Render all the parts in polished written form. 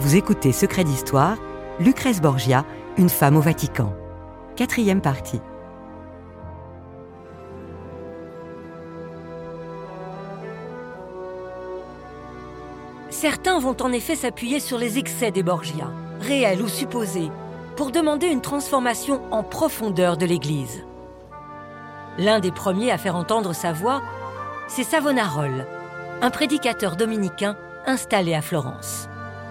Vous écoutez Secret d'Histoire, Lucrèce Borgia, une femme au Vatican. 4e partie. Certains vont en effet s'appuyer sur les excès des Borgia, réels ou supposés, pour demander une transformation en profondeur de l'Église. L'un des premiers à faire entendre sa voix, c'est Savonarola, un prédicateur dominicain installé à Florence.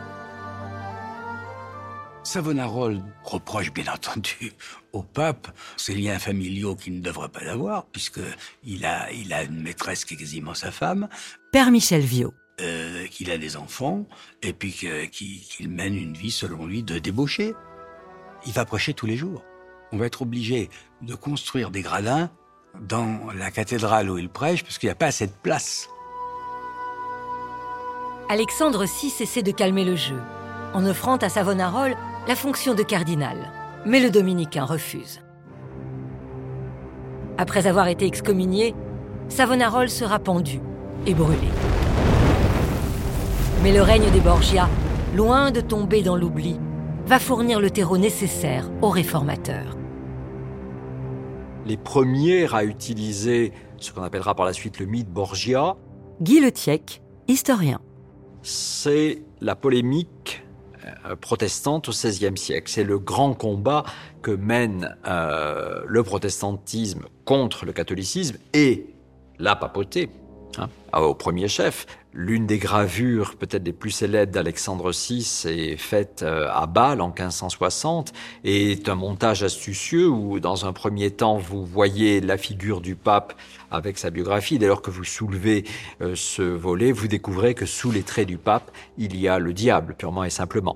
Savonarola reproche bien entendu au pape ses liens familiaux qu'il ne devrait pas avoir, puisqu'il a une maîtresse qui est quasiment sa femme. Père Michel Viau. Qu'il a des enfants, et puis qu'il mène une vie, selon lui, de débauché. Il va prêcher tous les jours. On va être obligé de construire des gradins dans la cathédrale où il prêche, parce qu'il n'y a pas assez de place. Alexandre VI essaie de calmer le jeu, en offrant à Savonarola la fonction de cardinal. Mais le dominicain refuse. Après avoir été excommunié, Savonarola sera pendu et brûlé. Mais le règne des Borgia, loin de tomber dans l'oubli, va fournir le terreau nécessaire aux réformateurs. Les premiers à utiliser ce qu'on appellera par la suite le mythe Borgia, Guy Le Thiec, historien. C'est la polémique protestante au XVIe siècle. C'est le grand combat que mène le protestantisme contre le catholicisme et la papauté, au premier chef. L'une des gravures peut-être les plus célèbres d'Alexandre VI est faite à Bâle en 1560 et est un montage astucieux où dans un premier temps vous voyez la figure du pape avec sa biographie. Dès lors que vous soulevez ce volet, vous découvrez que sous les traits du pape, il y a le diable, purement et simplement.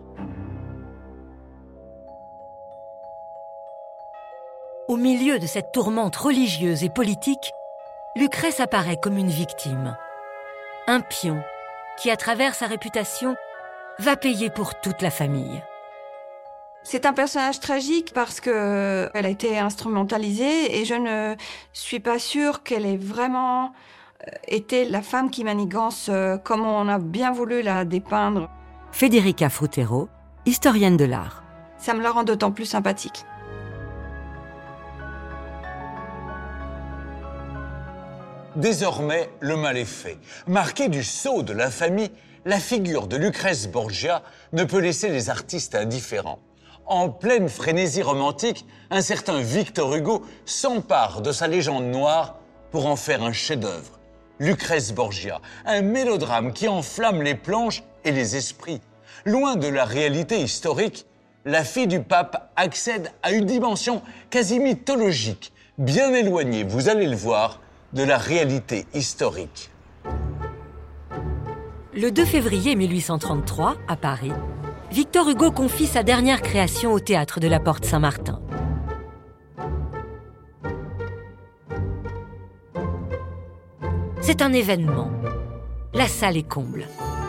Au milieu de cette tourmente religieuse et politique, Lucrèce apparaît comme une victime. Un pion qui, à travers sa réputation, va payer pour toute la famille. C'est un personnage tragique parce qu'elle a été instrumentalisée et je ne suis pas sûre qu'elle ait vraiment été la femme qui manigance comme on a bien voulu la dépeindre. Federica Frutero, historienne de l'art. Ça me la rend d'autant plus sympathique. Désormais, le mal est fait. Marquée du sceau de la famille, la figure de Lucrèce Borgia ne peut laisser les artistes indifférents. En pleine frénésie romantique, un certain Victor Hugo s'empare de sa légende noire pour en faire un chef-d'œuvre. Lucrèce Borgia, un mélodrame qui enflamme les planches et les esprits. Loin de la réalité historique, la fille du pape accède à une dimension quasi mythologique, bien éloignée, vous allez le voir, de la réalité historique. Le 2 février 1833, à Paris, Victor Hugo confie sa dernière création au théâtre de la Porte Saint-Martin. C'est un événement. La salle est comble.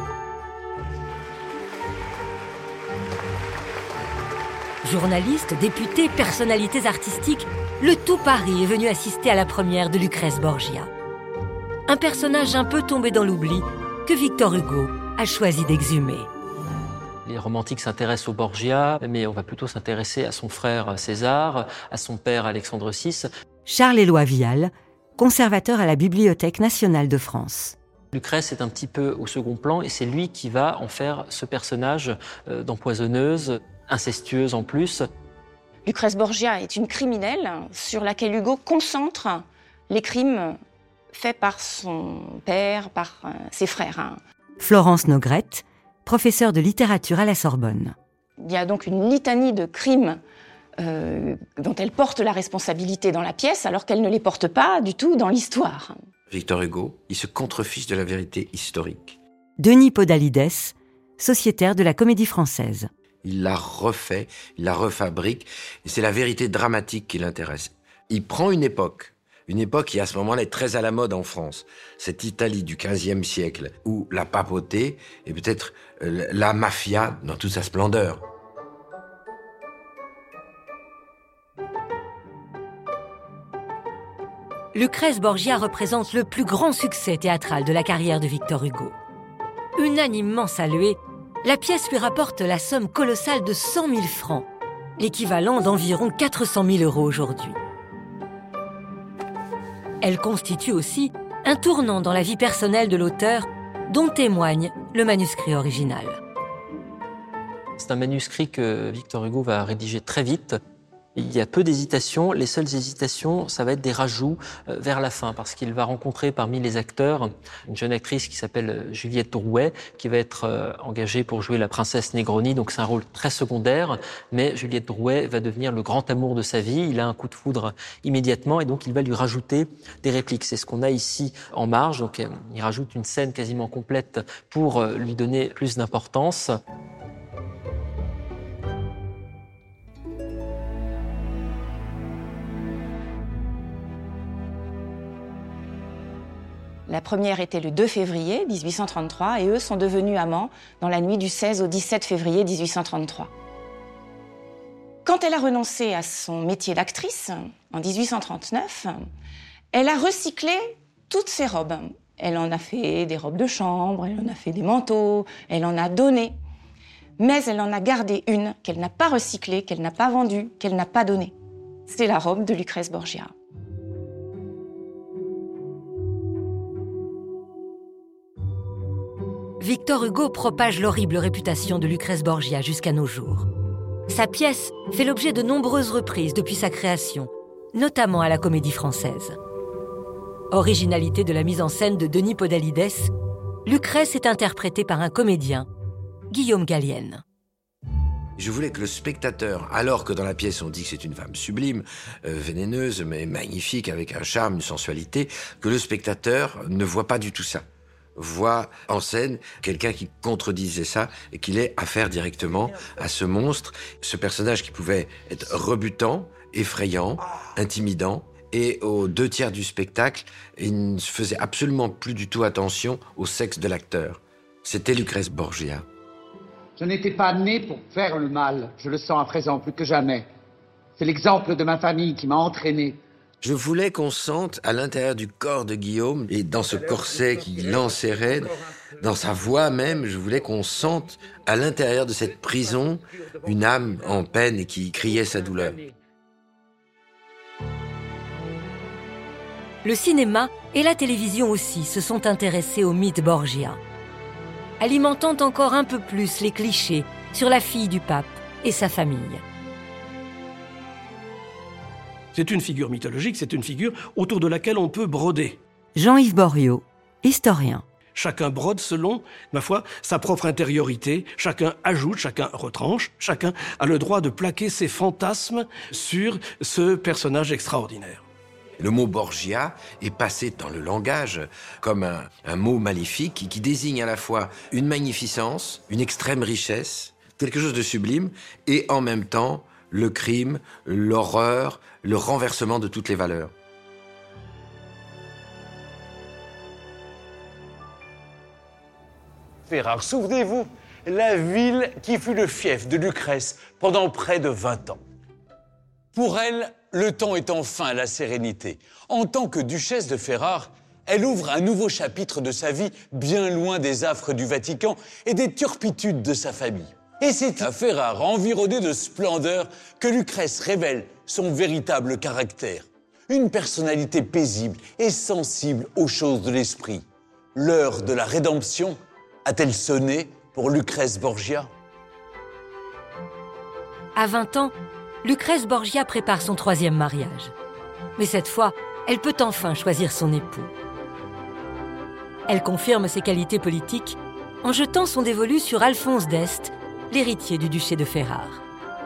Journalistes, députés, personnalités artistiques, le tout Paris est venu assister à la première de Lucrèce Borgia. Un personnage un peu tombé dans l'oubli que Victor Hugo a choisi d'exhumer. Les romantiques s'intéressent aux Borgia, mais on va plutôt s'intéresser à son frère César, à son père Alexandre VI. Charles-Éloi Vial, conservateur à la Bibliothèque nationale de France. Lucrèce est un petit peu au second plan et c'est lui qui va en faire ce personnage d'empoisonneuse, incestueuse en plus. Lucrèce Borgia est une criminelle sur laquelle Hugo concentre les crimes faits par son père, par ses frères. Florence Nogrette, professeure de littérature à la Sorbonne. Il y a donc une litanie de crimes dont elle porte la responsabilité dans la pièce, alors qu'elle ne les porte pas du tout dans l'histoire. Victor Hugo, il se contrefiche de la vérité historique. Denis Podalides, sociétaire de la Comédie Française. Il la refait, il la refabrique, et c'est la vérité dramatique qui l'intéresse. Il prend une époque qui à ce moment-là est très à la mode en France, cette Italie du XVe siècle, où la papauté est peut-être la mafia dans toute sa splendeur. Lucrèce Borgia représente le plus grand succès théâtral de la carrière de Victor Hugo. Unanimement saluée, la pièce lui rapporte la somme colossale de 100 000 francs, l'équivalent d'environ 400 000 € aujourd'hui. Elle constitue aussi un tournant dans la vie personnelle de l'auteur, dont témoigne le manuscrit original. C'est un manuscrit que Victor Hugo va rédiger très vite. Il y a peu d'hésitations. Les seules hésitations, ça va être des rajouts vers la fin, parce qu'il va rencontrer parmi les acteurs une jeune actrice qui s'appelle Juliette Drouet, qui va être engagée pour jouer la princesse Negroni. Donc c'est un rôle très secondaire, mais Juliette Drouet va devenir le grand amour de sa vie. Il a un coup de foudre immédiatement, et donc il va lui rajouter des répliques. C'est ce qu'on a ici en marge. Donc il rajoute une scène quasiment complète pour lui donner plus d'importance. La première était le 2 février 1833 et eux sont devenus amants dans la nuit du 16 au 17 février 1833. Quand elle a renoncé à son métier d'actrice, en 1839, elle a recyclé toutes ses robes. Elle en a fait des robes de chambre, elle en a fait des manteaux, elle en a donné. Mais elle en a gardé une qu'elle n'a pas recyclée, qu'elle n'a pas vendue, qu'elle n'a pas donnée. C'est la robe de Lucrèce Borgia. Victor Hugo propage l'horrible réputation de Lucrèce Borgia jusqu'à nos jours. Sa pièce fait l'objet de nombreuses reprises depuis sa création, notamment à la Comédie Française. Originalité de la mise en scène de Denis Podalides, Lucrèce est interprétée par un comédien, Guillaume Gallienne. Je voulais que le spectateur, alors que dans la pièce on dit que c'est une femme sublime, vénéneuse, mais magnifique, avec un charme, une sensualité, que le spectateur ne voit pas du tout ça. Voit en scène quelqu'un qui contredisait ça et qu'il ait affaire directement à ce monstre, ce personnage qui pouvait être rebutant, effrayant, intimidant. Et aux 2/3 du spectacle, il ne faisait absolument plus du tout attention au sexe de l'acteur. C'était Lucrèce Borgia. Je n'étais pas né pour faire le mal. Je le sens à présent plus que jamais. C'est l'exemple de ma famille qui m'a entraîné. Je voulais qu'on sente à l'intérieur du corps de Guillaume, et dans ce corset qui l'enserrait, dans sa voix même, je voulais qu'on sente à l'intérieur de cette prison une âme en peine et qui criait sa douleur. Le cinéma et la télévision aussi se sont intéressés au mythe Borgia, alimentant encore un peu plus les clichés sur la fille du pape et sa famille. C'est une figure mythologique, c'est une figure autour de laquelle on peut broder. Jean-Yves Borriaud, historien. Chacun brode selon, ma foi, sa propre intériorité. Chacun ajoute, chacun retranche. Chacun a le droit de plaquer ses fantasmes sur ce personnage extraordinaire. Le mot Borgia est passé dans le langage comme un mot maléfique qui désigne à la fois une magnificence, une extrême richesse, quelque chose de sublime, et en même temps le crime, l'horreur, le renversement de toutes les valeurs. Ferrare, souvenez-vous, la ville qui fut le fief de Lucrèce pendant près de 20 ans. Pour elle, le temps est enfin la sérénité. En tant que duchesse de Ferrare, elle ouvre un nouveau chapitre de sa vie bien loin des affres du Vatican et des turpitudes de sa famille. Et c'est à Ferrare, environnée de splendeur, que Lucrèce révèle son véritable caractère. Une personnalité paisible et sensible aux choses de l'esprit. L'heure de la rédemption a-t-elle sonné pour Lucrèce Borgia ? À 20 ans, Lucrèce Borgia prépare son 3e mariage. Mais cette fois, elle peut enfin choisir son époux. Elle confirme ses qualités politiques en jetant son dévolu sur Alphonse d'Este, l'héritier du duché de Ferrare.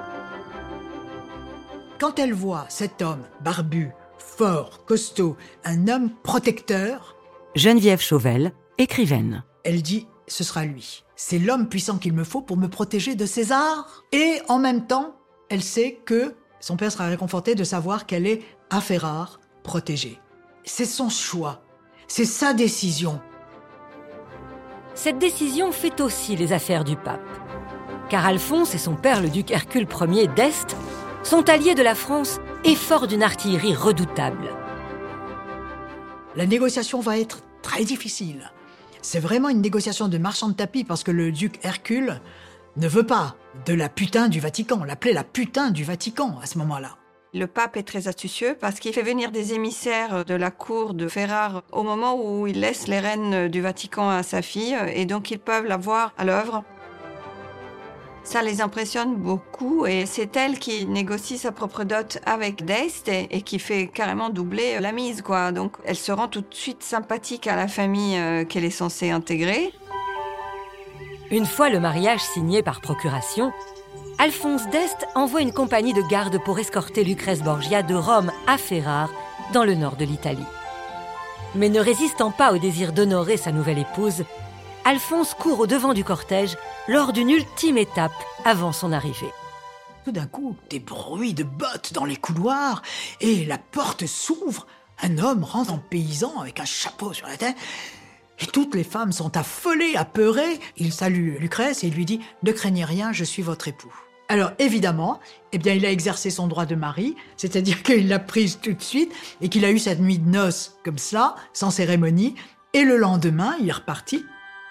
Quand elle voit cet homme barbu, fort, costaud, un homme protecteur... Geneviève Chauvel, écrivaine. Elle dit, ce sera lui. C'est l'homme puissant qu'il me faut pour me protéger de César. Et en même temps, elle sait que son père sera réconforté de savoir qu'elle est à Ferrare, protégée. C'est son choix. C'est sa décision. Cette décision fait aussi les affaires du pape. Car Alphonse et son père, le duc Hercule Ier d'Este, sont alliés de la France et forts d'une artillerie redoutable. La négociation va être très difficile. C'est vraiment une négociation de marchand de tapis parce que le duc Hercule ne veut pas de la putain du Vatican. On l'appelait la putain du Vatican à ce moment-là. Le pape est très astucieux parce qu'il fait venir des émissaires de la cour de Ferrare au moment où il laisse les rênes du Vatican à sa fille et donc ils peuvent la voir à l'œuvre. Ça les impressionne beaucoup et c'est elle qui négocie sa propre dot avec d'Este et qui fait carrément doubler la mise, quoi. Donc elle se rend tout de suite sympathique à la famille qu'elle est censée intégrer. Une fois le mariage signé par procuration, Alphonse d'Este envoie une compagnie de garde pour escorter Lucrèce Borgia de Rome à Ferrare, dans le nord de l'Italie. Mais ne résistant pas au désir d'honorer sa nouvelle épouse, Alphonse court au devant du cortège lors d'une ultime étape avant son arrivée. Tout d'un coup, des bruits de bottes dans les couloirs et la porte s'ouvre. Un homme rentre en paysan avec un chapeau sur la tête. Et toutes les femmes sont affolées, apeurées. Il salue Lucrèce et lui dit « Ne craignez rien, je suis votre époux ». Alors évidemment, il a exercé son droit de mari, c'est-à-dire qu'il l'a prise tout de suite et qu'il a eu cette nuit de noces comme cela, sans cérémonie. Et le lendemain, il est reparti.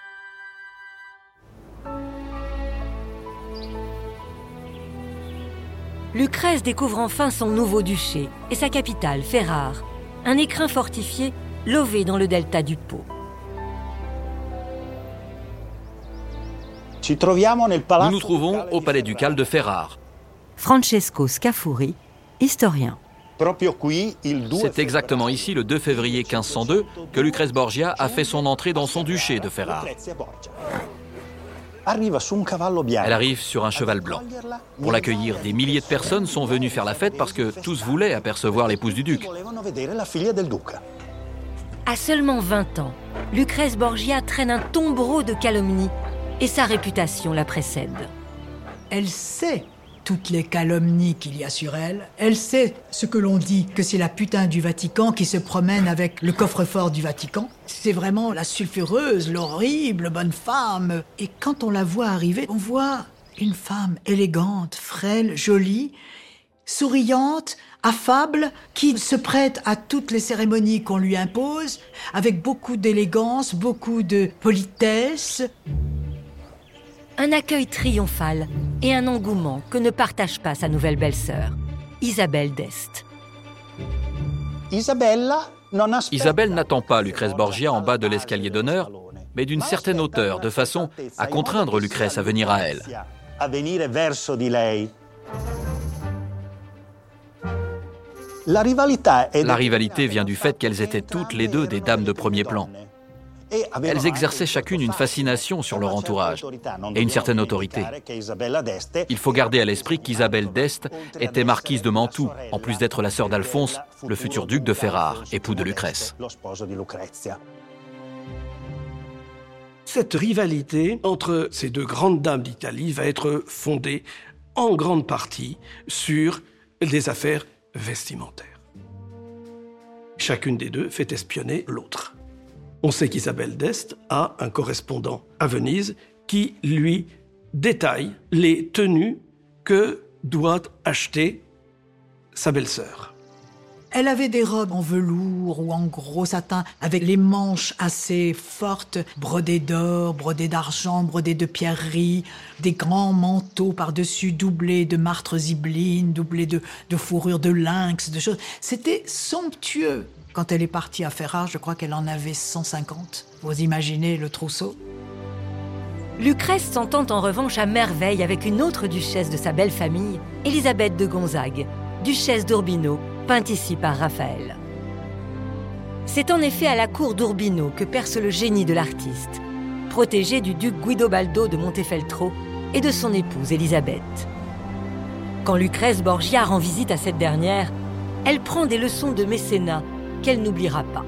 Lucrèce découvre enfin son nouveau duché et sa capitale, Ferrare, un écrin fortifié lové dans le delta du Pô. Nous nous trouvons au palais ducal de Ferrare. Francesco Scafuri, historien. C'est exactement ici, le 2 février 1502, que Lucrèce Borgia a fait son entrée dans son duché de Ferrare. Elle arrive sur un cheval blanc. Pour l'accueillir, des milliers de personnes sont venues faire la fête parce que tous voulaient apercevoir l'épouse du duc. À seulement 20 ans, Lucrèce Borgia traîne un tombereau de calomnies et sa réputation la précède. Elle sait toutes les calomnies qu'il y a sur elle. Elle sait ce que l'on dit, que c'est la putain du Vatican qui se promène avec le coffre-fort du Vatican. C'est vraiment la sulfureuse, l'horrible bonne femme. Et quand on la voit arriver, on voit une femme élégante, frêle, jolie, souriante, affable, qui se prête à toutes les cérémonies qu'on lui impose, avec beaucoup d'élégance, beaucoup de politesse. Un accueil triomphal et un engouement que ne partage pas sa nouvelle belle-sœur, Isabelle d'Este. Isabelle n'attend pas Lucrèce Borgia en bas de l'escalier d'honneur, mais d'une certaine hauteur, de façon à contraindre Lucrèce à venir à elle. La rivalité vient du fait qu'elles étaient toutes les deux des dames de premier plan. Elles exerçaient chacune une fascination sur leur entourage et une certaine autorité. Il faut garder à l'esprit qu'Isabelle d'Este était marquise de Mantoue, en plus d'être la sœur d'Alphonse, le futur duc de Ferrare, époux de Lucrèce. Cette rivalité entre ces deux grandes dames d'Italie va être fondée en grande partie sur des affaires vestimentaires. Chacune des deux fait espionner l'autre. On sait qu'Isabelle d'Este a un correspondant à Venise qui lui détaille les tenues que doit acheter sa belle-sœur. Elle avait des robes en velours ou en gros satin avec les manches assez fortes, brodées d'or, brodées d'argent, brodées de pierreries, des grands manteaux par-dessus doublés de martres zibeline, doublés de fourrure de lynx, de choses. C'était somptueux. Quand elle est partie à Ferrare, je crois qu'elle en avait 150. Vous imaginez le trousseau ? Lucrèce s'entend en revanche à merveille avec une autre duchesse de sa belle famille, Élisabeth de Gonzague, duchesse d'Urbino, peinte ici par Raphaël. C'est en effet à la cour d'Urbino que perce le génie de l'artiste, protégé du duc Guidobaldo de Montefeltro et de son épouse Élisabeth. Quand Lucrèce Borgia rend visite à cette dernière, elle prend des leçons de mécénat qu'elle n'oubliera pas.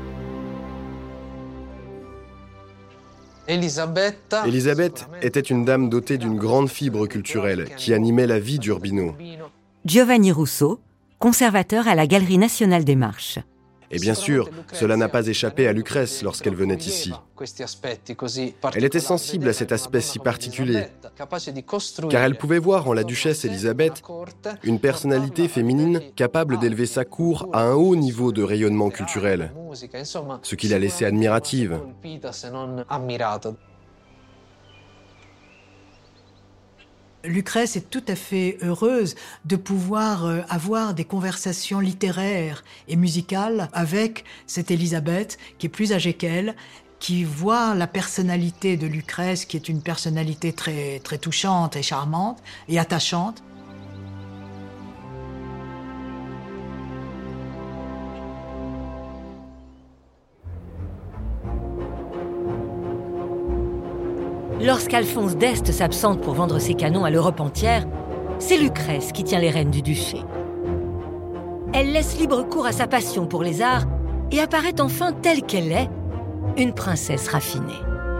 Élisabeth était une dame dotée d'une grande fibre culturelle qui animait la vie d'Urbino. Giovanni Russo, conservateur à la Galerie nationale des Marches. Et bien sûr, cela n'a pas échappé à Lucrèce lorsqu'elle venait ici. Elle était sensible à cet aspect si particulier, car elle pouvait voir en la duchesse Élisabeth une personnalité féminine capable d'élever sa cour à un haut niveau de rayonnement culturel, ce qui la laissait admirative. Lucrèce est tout à fait heureuse de pouvoir avoir des conversations littéraires et musicales avec cette Élisabeth qui est plus âgée qu'elle, qui voit la personnalité de Lucrèce, qui est une personnalité très, très touchante et charmante et attachante. Lorsqu'Alphonse d'Este s'absente pour vendre ses canons à l'Europe entière, c'est Lucrèce qui tient les rênes du duché. Elle laisse libre cours à sa passion pour les arts et apparaît enfin telle qu'elle est, une princesse raffinée.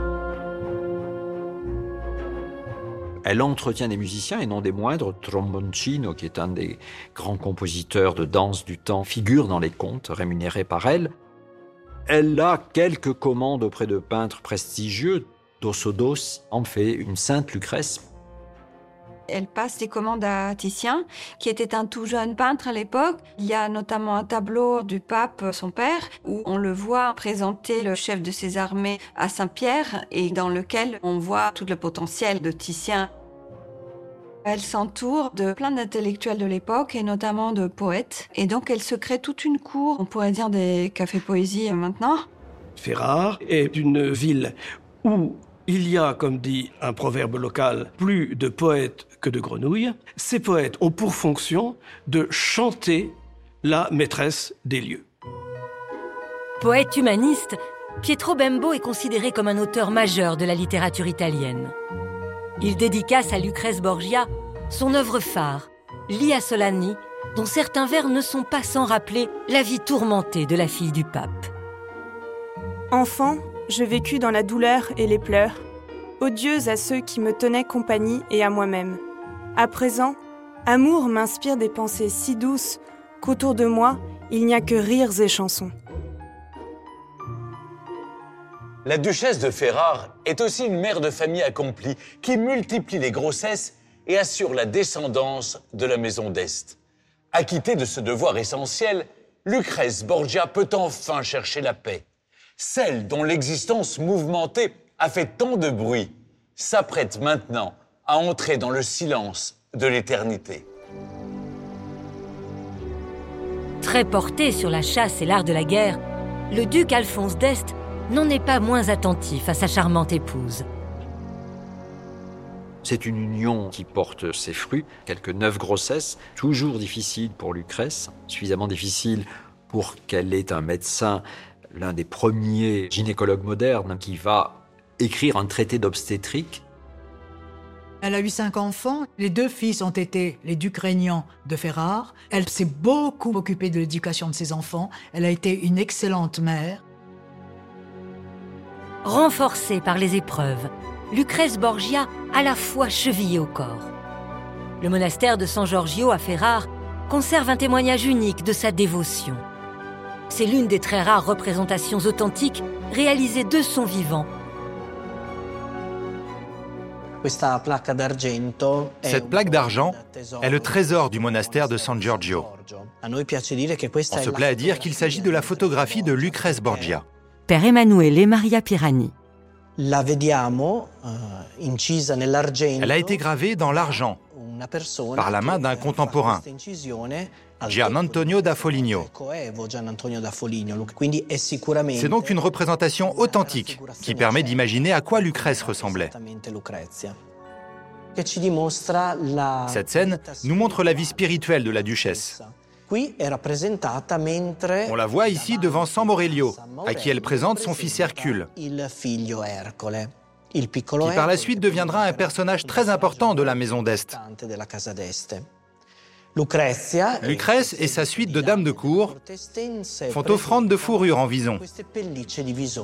Elle entretient des musiciens, et non des moindres. Tromboncino, qui est un des grands compositeurs de danse du temps, figure dans les contes rémunérés par elle. Elle a quelques commandes auprès de peintres prestigieux. Dosodos en fait une sainte Lucrèce. Elle passe des commandes à Titien, qui était un tout jeune peintre à l'époque. Il y a notamment un tableau du pape, son père, où on le voit présenter le chef de ses armées à Saint-Pierre et dans lequel on voit tout le potentiel de Titien. Elle s'entoure de plein d'intellectuels de l'époque et notamment de poètes. Et donc elle se crée toute une cour, on pourrait dire des cafés poésie maintenant. Ferrare est une ville où il y a, comme dit un proverbe local, plus de poètes que de grenouilles. Ces poètes ont pour fonction de chanter la maîtresse des lieux. Poète humaniste, Pietro Bembo est considéré comme un auteur majeur de la littérature italienne. Il dédicace à Lucrèce Borgia son œuvre phare, Lia Solani, dont certains vers ne sont pas sans rappeler la vie tourmentée de la fille du pape. Enfant, je vécus dans la douleur et les pleurs, odieuse à ceux qui me tenaient compagnie et à moi-même. À présent, amour m'inspire des pensées si douces qu'autour de moi, il n'y a que rires et chansons. La duchesse de Ferrare est aussi une mère de famille accomplie qui multiplie les grossesses et assure la descendance de la maison d'Este. Acquittée de ce devoir essentiel, Lucrèce Borgia peut enfin chercher la paix. Celle dont l'existence mouvementée a fait tant de bruit s'apprête maintenant à entrer dans le silence de l'éternité. Très porté sur la chasse et l'art de la guerre, le duc Alphonse d'Este n'en est pas moins attentif à sa charmante épouse. C'est une union qui porte ses fruits, quelques 9 grossesses, toujours difficiles pour Lucrèce, suffisamment difficiles pour qu'elle ait un médecin, l'un des premiers gynécologues modernes, qui va écrire un traité d'obstétrique. Elle a eu 5 enfants. Les 2 fils ont été les ducs régnants de Ferrare. Elle s'est beaucoup occupée de l'éducation de ses enfants. Elle a été une excellente mère. Renforcée par les épreuves, Lucrèce Borgia a la foi chevillée au corps. Le monastère de San Giorgio à Ferrare conserve un témoignage unique de sa dévotion. C'est l'une des très rares représentations authentiques réalisées de son vivant. Cette plaque d'argent est le trésor du monastère de San Giorgio. On se plaît à dire qu'il s'agit de la photographie de Lucrèce Borgia. Père Emanuele Maria Pirani. Elle a été gravée dans l'argent par la main d'un contemporain, Gian Antonio da Foligno. C'est donc une représentation authentique qui permet d'imaginer à quoi Lucrèce ressemblait. Cette scène nous montre la vie spirituelle de la duchesse. On la voit ici devant San Morelio, à qui elle présente son fils Hercule, qui par la suite deviendra un personnage très important de la maison d'Este. Lucrèce et sa suite de dames de cour font offrande de fourrure en vison.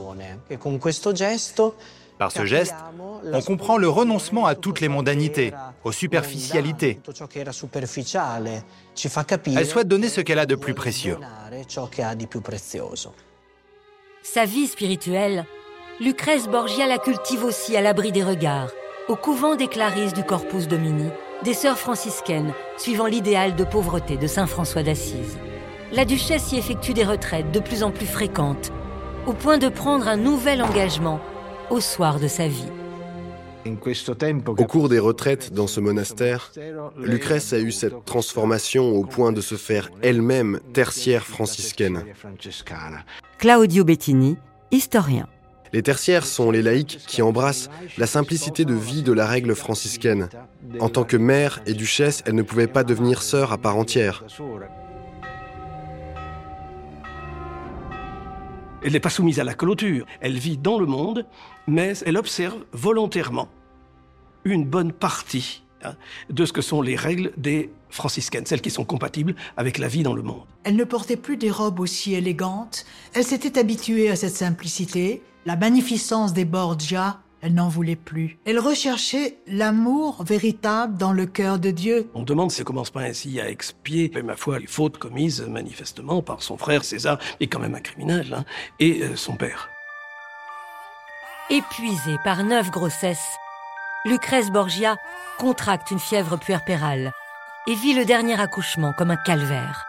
Par ce geste, on comprend le renoncement à toutes les mondanités aux superficialités. Elle souhaite donner ce qu'elle a de plus précieux. Sa vie spirituelle, Lucrèce Borgia la cultive aussi à l'abri des regards, au couvent des Clarisses du Corpus Domini, des sœurs franciscaines, suivant l'idéal de pauvreté de saint François d'Assise. La duchesse y effectue des retraites de plus en plus fréquentes, au point de prendre un nouvel engagement au soir de sa vie. Au cours des retraites dans ce monastère, Lucrèce a eu cette transformation au point de se faire elle-même tertiaire franciscaine. Claudio Bettini, historien. Les tertiaires sont les laïcs qui embrassent la simplicité de vie de la règle franciscaine. En tant que mère et duchesse, elle ne pouvait pas devenir sœur à part entière. Elle n'est pas soumise à la clôture. Elle vit dans le monde, mais elle observe volontairement une bonne partie de ce que sont les règles des franciscaines, celles qui sont compatibles avec la vie dans le monde. Elle ne portait plus des robes aussi élégantes. Elle s'était habituée à cette simplicité. La magnificence des Borgia, elle n'en voulait plus. Elle recherchait l'amour véritable dans le cœur de Dieu. On demande si elle commence pas ainsi à expier, ma foi, les fautes commises manifestement par son frère César, et quand même un criminel, et son père. Épuisée par 9 grossesses, Lucrèce Borgia contracte une fièvre puerpérale et vit le dernier accouchement comme un calvaire.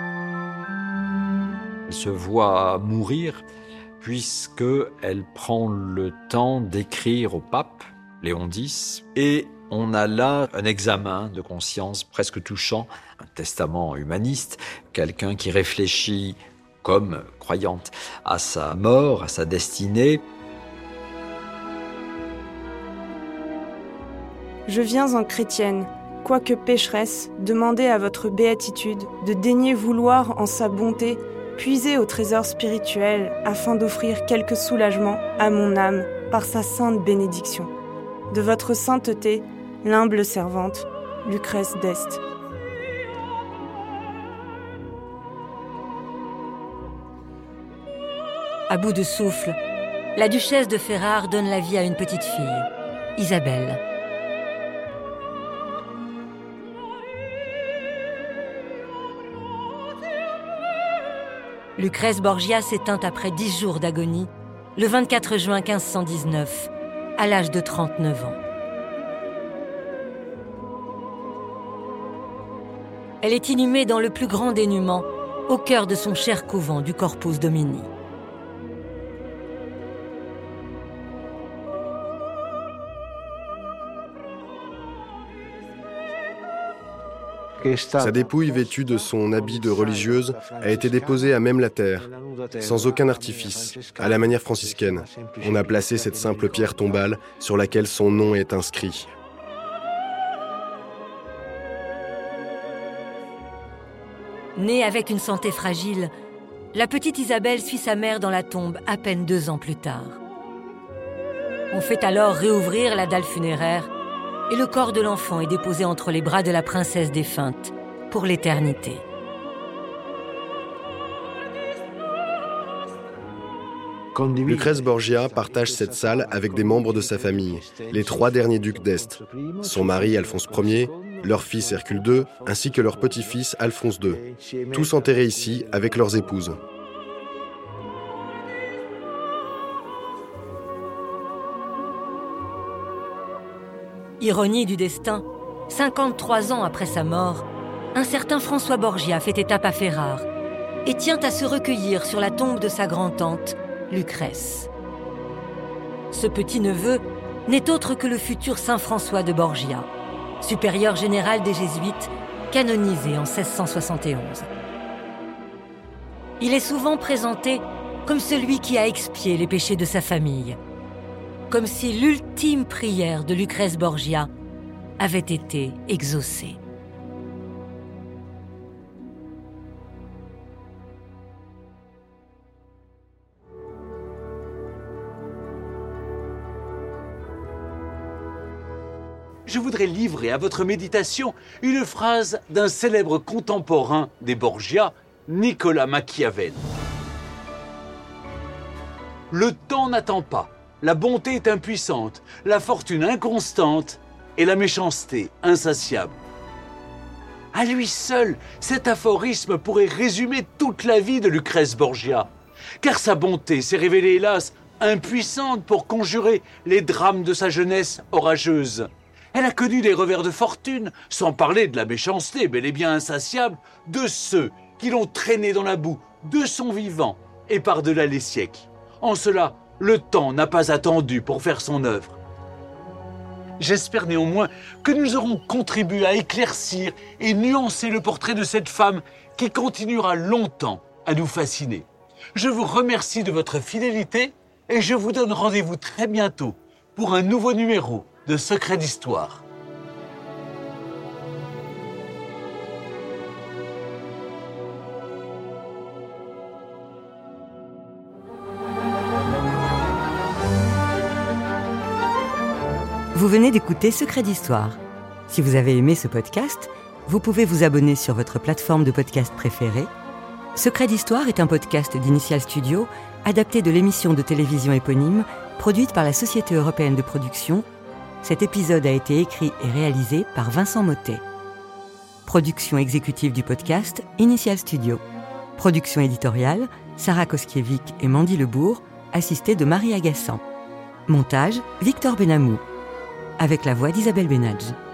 Elle se voit mourir puisqu'elle prend le temps d'écrire au pape, Léon X, et on a là un examen de conscience presque touchant, un testament humaniste, quelqu'un qui réfléchit comme croyante à sa mort, à sa destinée. Je viens en chrétienne, quoique pécheresse, demander à votre béatitude de daigner vouloir en sa bonté puiser au trésor spirituel afin d'offrir quelque soulagement à mon âme par sa sainte bénédiction. De votre sainteté, l'humble servante, Lucrèce d'Este. À bout de souffle, la duchesse de Ferrare donne la vie à une petite fille, Isabelle. Lucrèce Borgia s'éteint après 10 jours d'agonie, le 24 juin 1519, à l'âge de 39 ans. Elle est inhumée dans le plus grand dénuement, au cœur de son cher couvent du Corpus Domini. Sa dépouille vêtue de son habit de religieuse a été déposée à même la terre, sans aucun artifice, à la manière franciscaine. On a placé cette simple pierre tombale sur laquelle son nom est inscrit. Née avec une santé fragile, la petite Isabelle suit sa mère dans la tombe à peine 2 ans plus tard. On fait alors réouvrir la dalle funéraire et le corps de l'enfant est déposé entre les bras de la princesse défunte pour l'éternité. Lucrèce Borgia partage cette salle avec des membres de sa famille, les 3 derniers ducs d'Este, son mari Alphonse Ier, leur fils Hercule II, ainsi que leur petit-fils Alphonse II, tous enterrés ici avec leurs épouses. Ironie du destin, 53 ans après sa mort, un certain François Borgia fait étape à Ferrare et tient à se recueillir sur la tombe de sa grand-tante, Lucrèce. Ce petit-neveu n'est autre que le futur saint François de Borgia, supérieur général des Jésuites, canonisé en 1671. Il est souvent présenté comme celui qui a expié les péchés de sa famille, comme si l'ultime prière de Lucrèce Borgia avait été exaucée. Je voudrais livrer à votre méditation une phrase d'un célèbre contemporain des Borgia, Nicolas Machiavel. Le temps n'attend pas. La bonté est impuissante, la fortune inconstante, et la méchanceté insatiable. À lui seul, cet aphorisme pourrait résumer toute la vie de Lucrèce Borgia, car sa bonté s'est révélée hélas impuissante pour conjurer les drames de sa jeunesse orageuse. Elle a connu des revers de fortune, sans parler de la méchanceté, bel et bien insatiable, de ceux qui l'ont traînée dans la boue de son vivant et par-delà les siècles. En cela, le temps n'a pas attendu pour faire son œuvre. J'espère néanmoins que nous aurons contribué à éclaircir et nuancer le portrait de cette femme qui continuera longtemps à nous fasciner. Je vous remercie de votre fidélité et je vous donne rendez-vous très bientôt pour un nouveau numéro de Secrets d'Histoire. Vous venez d'écouter Secrets d'Histoire. Si vous avez aimé ce podcast, vous pouvez vous abonner sur votre plateforme de podcast préférée. Secrets d'Histoire est un podcast d'Initial Studio, adapté de l'émission de télévision éponyme, produite par la Société européenne de production. Cet épisode a été écrit et réalisé par Vincent Mottet. Production exécutive du podcast, Initial Studio. Production éditoriale, Sarah Koskiewicz et Mandy Lebourg, assistée de Marie Agassan. Montage, Victor Benamou. Avec la voix d'Isabelle Benadj.